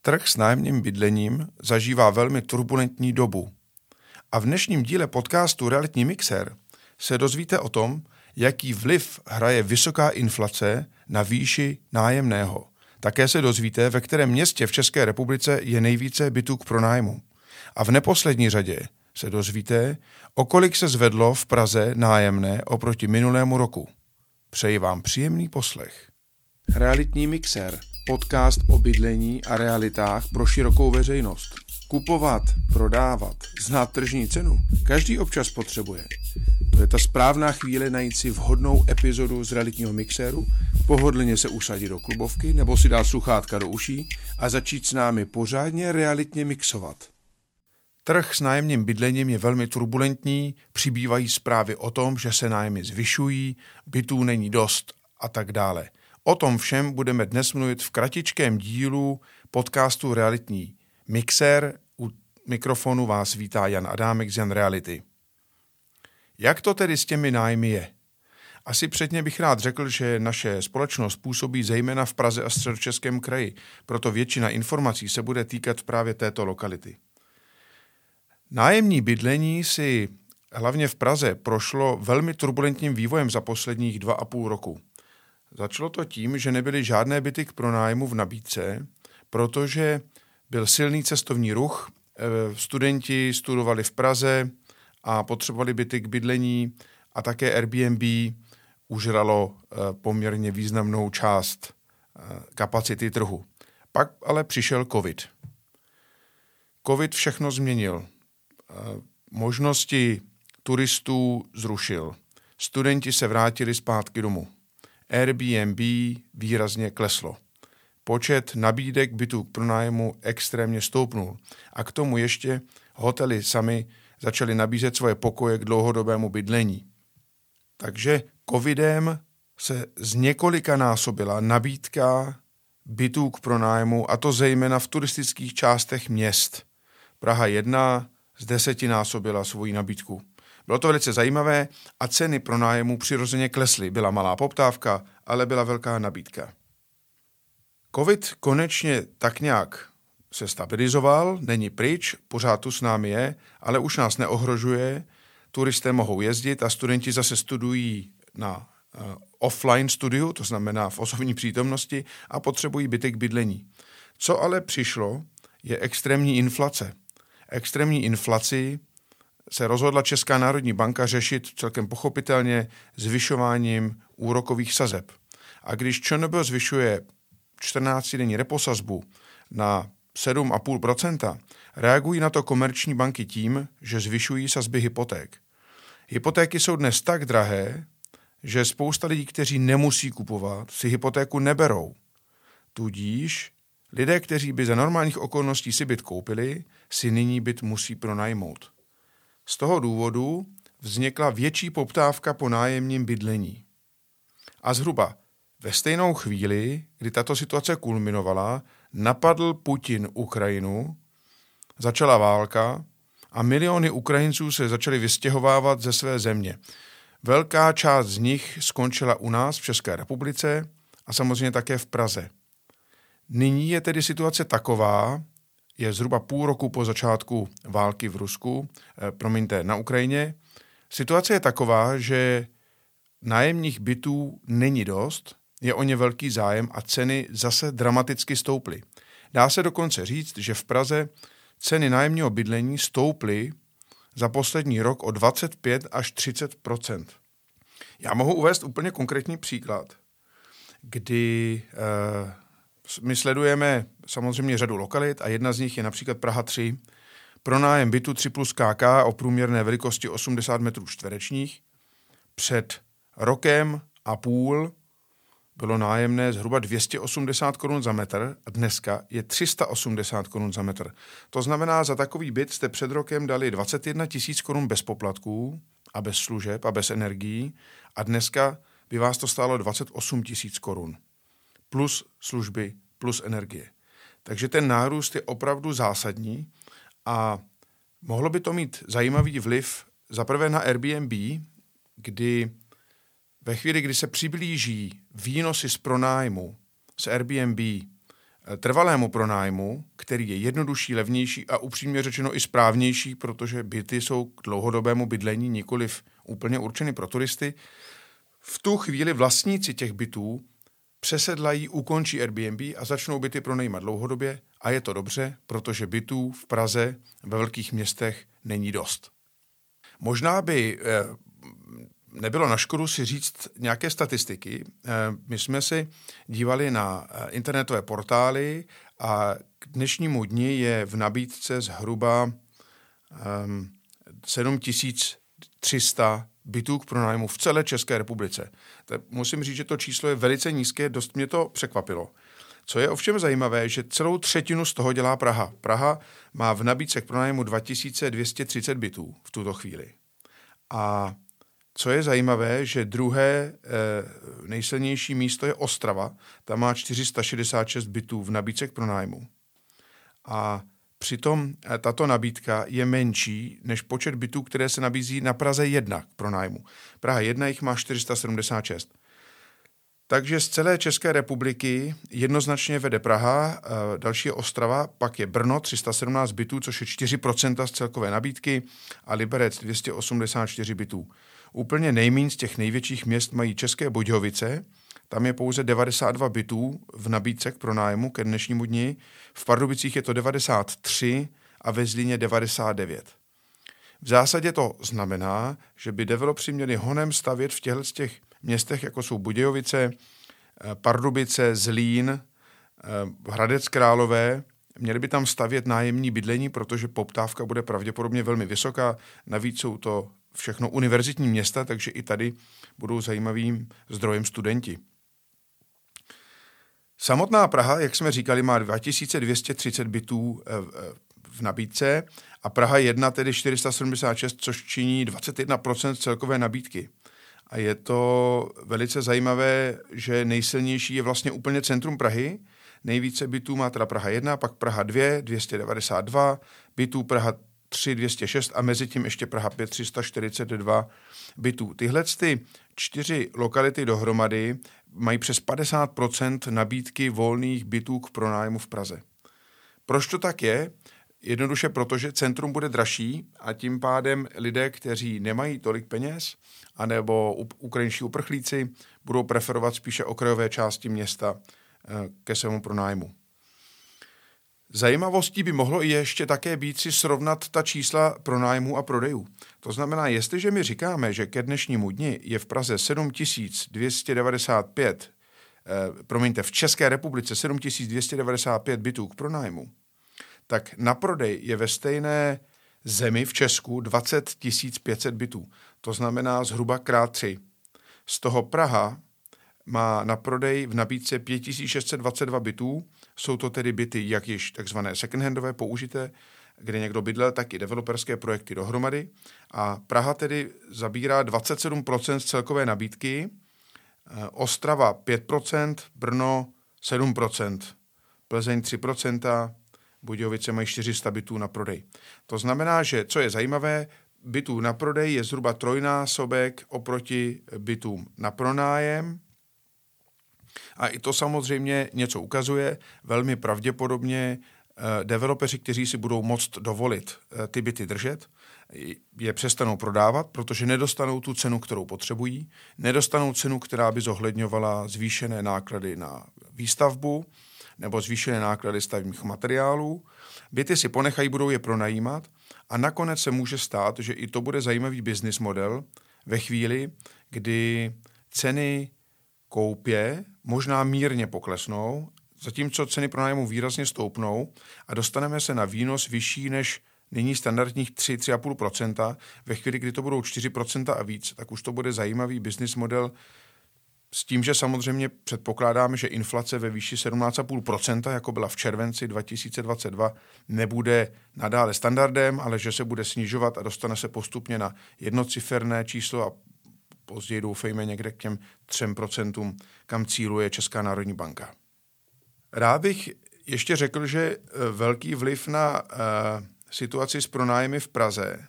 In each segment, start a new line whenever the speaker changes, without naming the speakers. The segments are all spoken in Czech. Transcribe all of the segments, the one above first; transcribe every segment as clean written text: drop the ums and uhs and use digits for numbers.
Trh s nájemním bydlením zažívá velmi turbulentní dobu. A v dnešním díle podcastu Realitní mixér se dozvíte o tom, jaký vliv hraje vysoká inflace na výši nájemného. Také se dozvíte, ve kterém městě v České republice je nejvíce bytů k pronájmu. A v neposlední řadě se dozvíte, o kolik se zvedlo v Praze nájemné oproti minulému roku. Přeji vám příjemný poslech. Realitní mixér, podcast o bydlení a realitách pro širokou veřejnost. Kupovat, prodávat, znát tržní cenu, každý občas potřebuje. To je ta správná chvíle najít si vhodnou epizodu z realitního mixéru, pohodlně se usadit do klubovky nebo si dát sluchátka do uší a začít s námi pořádně realitně mixovat. Trh s nájemním bydlením je velmi turbulentní, přibývají zprávy o tom, že se nájmy zvyšují, bytů není dost a tak dále. O tom všem budeme dnes mluvit v kratičkém dílu podcastu Realitní mixér. U mikrofonu vás vítá Jan Adámek z Jan Reality. Jak to tedy s těmi nájmy je? Asi předně bych rád řekl, že naše společnost působí zejména v Praze a Středočeském kraji, proto většina informací se bude týkat právě této lokality. Nájemní bydlení si hlavně v Praze prošlo velmi turbulentním vývojem za posledních 2,5 roku. Začalo to tím, že nebyly žádné byty k pronájmu v nabídce, protože byl silný cestovní ruch, studenti studovali v Praze a potřebovali byty k bydlení a také Airbnb užralo poměrně významnou část kapacity trhu. Pak ale přišel covid. Covid všechno změnil. Možnosti turistů zrušil. Studenti se vrátili zpátky domů. Airbnb výrazně kleslo. Počet nabídek bytů k pronájmu extrémně stoupnul. A k tomu ještě hotely sami začaly nabízet svoje pokoje k dlouhodobému bydlení. Takže covidem se zněkolikanásobila nabídka bytů k pronájmu, a to zejména v turistických částech měst. Praha 1 zdesetinásobila svoji nabídku. Bylo to velice zajímavé a ceny pronájmu přirozeně klesly. Byla malá poptávka, ale byla velká nabídka. Covid konečně tak nějak se stabilizoval, není pryč, pořád tu s námi je, ale už nás neohrožuje. Turisté mohou jezdit a studenti zase studují na offline studiu, to znamená v osobní přítomnosti, a potřebují byty k bydlení. Co ale přišlo, je extrémní inflace. Extrémní inflaci se rozhodla Česká národní banka řešit celkem pochopitelně zvyšováním úrokových sazeb. A když ČNB zvyšuje 14denní reposazbu na 7,5%, reagují na to komerční banky tím, že zvyšují sazby hypoték. Hypotéky jsou dnes tak drahé, že spousta lidí, kteří nemusí kupovat, si hypotéku neberou. Tudíž lidé, kteří by za normálních okolností si byt koupili, si nyní byt musí pronajmout. Z toho důvodu vznikla větší poptávka po nájemním bydlení. A zhruba ve stejnou chvíli, kdy tato situace kulminovala, napadl Putin Ukrajinu, začala válka a miliony Ukrajinců se začaly vystěhovávat ze své země. Velká část z nich skončila u nás v České republice a samozřejmě také v Praze. Nyní je tedy situace taková, je zhruba půl roku po začátku války na Ukrajině. Situace je taková, že nájemních bytů není dost, je o ně velký zájem a ceny zase dramaticky stouply. Dá se dokonce říct, že v Praze ceny nájemního bydlení stouply za poslední rok o 25 až 30%. Já mohu uvést úplně konkrétní příklad, kdy my sledujeme samozřejmě řadu lokalit a jedna z nich je například Praha 3. Pronájem bytu 3 plus KK o průměrné velikosti 80 metrů čtverečních. Před rokem a půl bylo nájemné zhruba 280 korun za metr a dneska je 380 korun za metr. To znamená, za takový byt jste před rokem dali 21 000 korun bez poplatků a bez služeb a bez energií a dneska by vás to stálo 28 000 korun. Plus služby, plus energie. Takže ten nárůst je opravdu zásadní a mohlo by to mít zajímavý vliv zaprvé na Airbnb, kdy ve chvíli, kdy se přiblíží výnosy z pronájmu z Airbnb trvalému pronájmu, který je jednodušší, levnější a upřímně řečeno i správnější, protože byty jsou k dlouhodobému bydlení nikoliv úplně určeny pro turisty, v tu chvíli vlastníci těch bytů přesedlají, ukončí Airbnb a začnou byty pronajímat dlouhodobě a je to dobře, protože bytů v Praze ve velkých městech není dost. Možná by nebylo na škodu si říct nějaké statistiky. My jsme si dívali na internetové portály a k dnešnímu dni je v nabídce zhruba 7300 bytů k pronájmu v celé České republice. Musím říct, že to číslo je velice nízké, dost mě to překvapilo. Co je ovšem zajímavé, že celou třetinu z toho dělá Praha. Praha má v nabídce k pronájmu 2230 bytů v tuto chvíli. A co je zajímavé, že druhé nejsilnější místo je Ostrava. Tam má 466 bytů v nabídce k pronájmu. A přitom tato nabídka je menší než počet bytů, které se nabízí na Praze 1 k pronájmu. Praha 1 jich má 476. Takže z celé České republiky jednoznačně vede Praha, další je Ostrava, pak je Brno 317 bytů, což je 4% z celkové nabídky a Liberec 284 bytů. Úplně nejméně z těch největších měst mají České Budějovice, tam je pouze 92 bytů v nabídce k pronájmu ke dnešnímu dni, v Pardubicích je to 93 a ve Zlíně 99. V zásadě to znamená, že by developři měli honem stavět v těch městech, jako jsou Budějovice, Pardubice, Zlín, Hradec Králové, měli by tam stavět nájemní bydlení, protože poptávka bude pravděpodobně velmi vysoká. Navíc jsou to všechno univerzitní města, takže i tady budou zajímavým zdrojem studenti. Samotná Praha, jak jsme říkali, má 2230 bytů v nabídce a Praha 1 tedy 476, což činí 21% celkové nabídky. A je to velice zajímavé, že nejsilnější je vlastně úplně centrum Prahy. Nejvíce bytů má teda Praha 1, pak Praha 2, 292, bytů Praha 3, 206 a mezi tím ještě Praha 5, 342 bytů. Tyhle 4 lokality dohromady mají přes 50% nabídky volných bytů k pronájmu v Praze. Proč to tak je? Jednoduše proto, že centrum bude dražší a tím pádem lidé, kteří nemají tolik peněz, anebo ukrajinští uprchlíci, budou preferovat spíše okrajové části města ke svému pronájmu. Zajímavostí by mohlo i ještě také být si srovnat ta čísla pronájmu a prodejů. To znamená, jestliže my říkáme, že ke dnešnímu dni je v Praze 7295, v České republice 7295 bytů k pronájmu, tak na prodej je ve stejné zemi v Česku 20 500 bytů. To znamená zhruba krát 3. Z toho Praha má na prodej v nabídce 5622 bytů. Jsou to tedy byty jak již takzvané second-handové použité, kde někdo bydlel, tak i developerské projekty dohromady. A Praha tedy zabírá 27% z celkové nabídky, Ostrava 5%, Brno 7%, Plzeň 3%, Budějovice mají 400 bytů na prodej. To znamená, že co je zajímavé, bytů na prodej je zhruba trojnásobek oproti bytům na pronájem. A i to samozřejmě něco ukazuje. Velmi pravděpodobně developeři, kteří si budou moct dovolit ty byty držet, je přestanou prodávat, protože nedostanou tu cenu, kterou potřebují, nedostanou cenu, která by zohledňovala zvýšené náklady na výstavbu nebo zvýšené náklady stavebních materiálů. Byty si ponechají, budou je pronajímat a nakonec se může stát, že i to bude zajímavý business model ve chvíli, kdy ceny koupě možná mírně poklesnou, zatímco ceny pronájmu výrazně stoupnou a dostaneme se na výnos vyšší než nyní standardních 3-3,5%. Ve chvíli, kdy to budou 4% a víc, tak už to bude zajímavý business model s tím, že samozřejmě předpokládáme, že inflace ve výši 17,5%, jako byla v červenci 2022, nebude nadále standardem, ale že se bude snižovat a dostane se postupně na jednociferné číslo a později doufejme někde k těm 3%, kam cíluje Česká národní banka. Rád bych ještě řekl, že velký vliv na situaci s pronájmy v Praze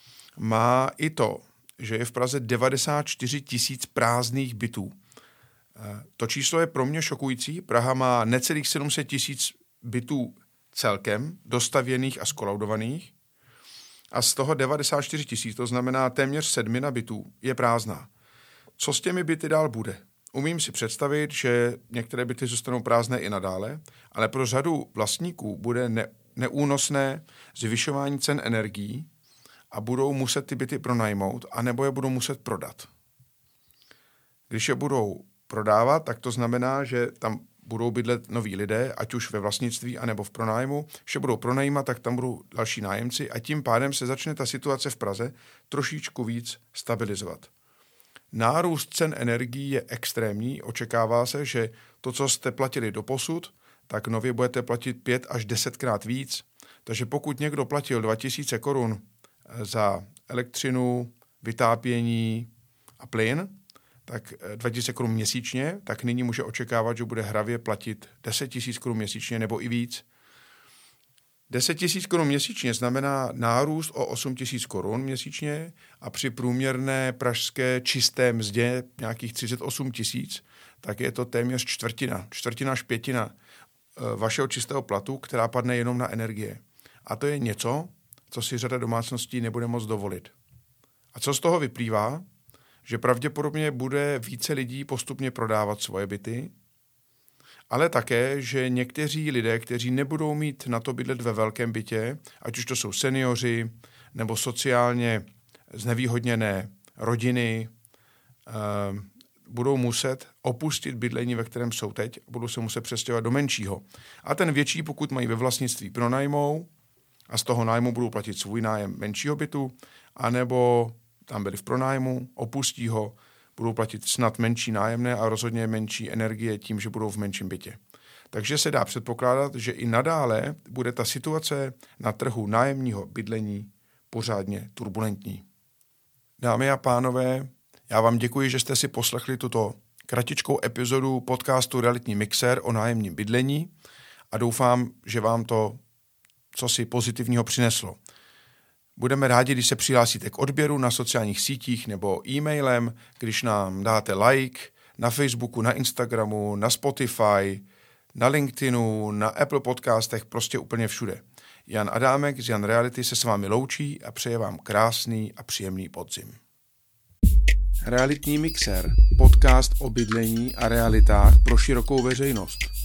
má i to, že je v Praze 94 000 prázdných bytů. To číslo je pro mě šokující. Praha má necelých 700 tisíc bytů celkem, dostavěných a skolaudovaných. A z toho 94 tisíc, to znamená téměř 7 bytů, je prázdná. Co s těmi byty dál bude? Umím si představit, že některé byty zůstanou prázdné i nadále, ale pro řadu vlastníků bude neúnosné zvyšování cen energií a budou muset ty byty pronajmout, anebo je budou muset prodat. Když je budou prodávat, tak to znamená, že tam budou bydlet noví lidé, ať už ve vlastnictví, anebo v pronájmu. Když je budou pronajímat, tak tam budou další nájemci a tím pádem se začne ta situace v Praze trošičku víc stabilizovat. Nárůst cen energií je extrémní. Očekává se, že to, co jste platili doposud, tak nově budete platit 5 až 10krát víc. Takže pokud někdo platil 2000 korun za elektřinu, vytápění a plyn, tak 2000 korun měsíčně, tak nyní může očekávat, že bude hravě platit 10 000 korun měsíčně nebo i víc. 10 000 korun měsíčně znamená nárůst o 8 000 korun měsíčně a při průměrné pražské čisté mzdě nějakých 38 000, tak je to téměř čtvrtina až pětina vašeho čistého platu, která padne jenom na energie. A to je něco, co si řada domácností nebude moct dovolit. A co z toho vyplývá? Že pravděpodobně bude více lidí postupně prodávat svoje byty, ale také, že někteří lidé, kteří nebudou mít na to bydlet ve velkém bytě, ať už to jsou seniori nebo sociálně znevýhodněné rodiny, budou muset opustit bydlení, ve kterém jsou teď, budou se muset přestěhovat do menšího. A ten větší, pokud mají ve vlastnictví, pronajmou a z toho nájmu budou platit svůj nájem menšího bytu, anebo tam byli v pronájmu, opustí ho, budou platit snad menší nájemné a rozhodně menší energie tím, že budou v menším bytě. Takže se dá předpokládat, že i nadále bude ta situace na trhu nájemního bydlení pořádně turbulentní. Dámy a pánové, já vám děkuji, že jste si poslechli tuto kratičkou epizodu podcastu Realitní mixer o nájemním bydlení a doufám, že vám to cosi pozitivního přineslo. Budeme rádi, když se přihlásíte k odběru na sociálních sítích nebo e-mailem, když nám dáte like na Facebooku, na Instagramu, na Spotify, na LinkedInu, na Apple podcastech, prostě úplně všude. Jan Adámek z Jan Reality se s vámi loučí a přeje vám krásný a příjemný podzim. Realitní mixer, podcast o bydlení a realitách pro širokou veřejnost.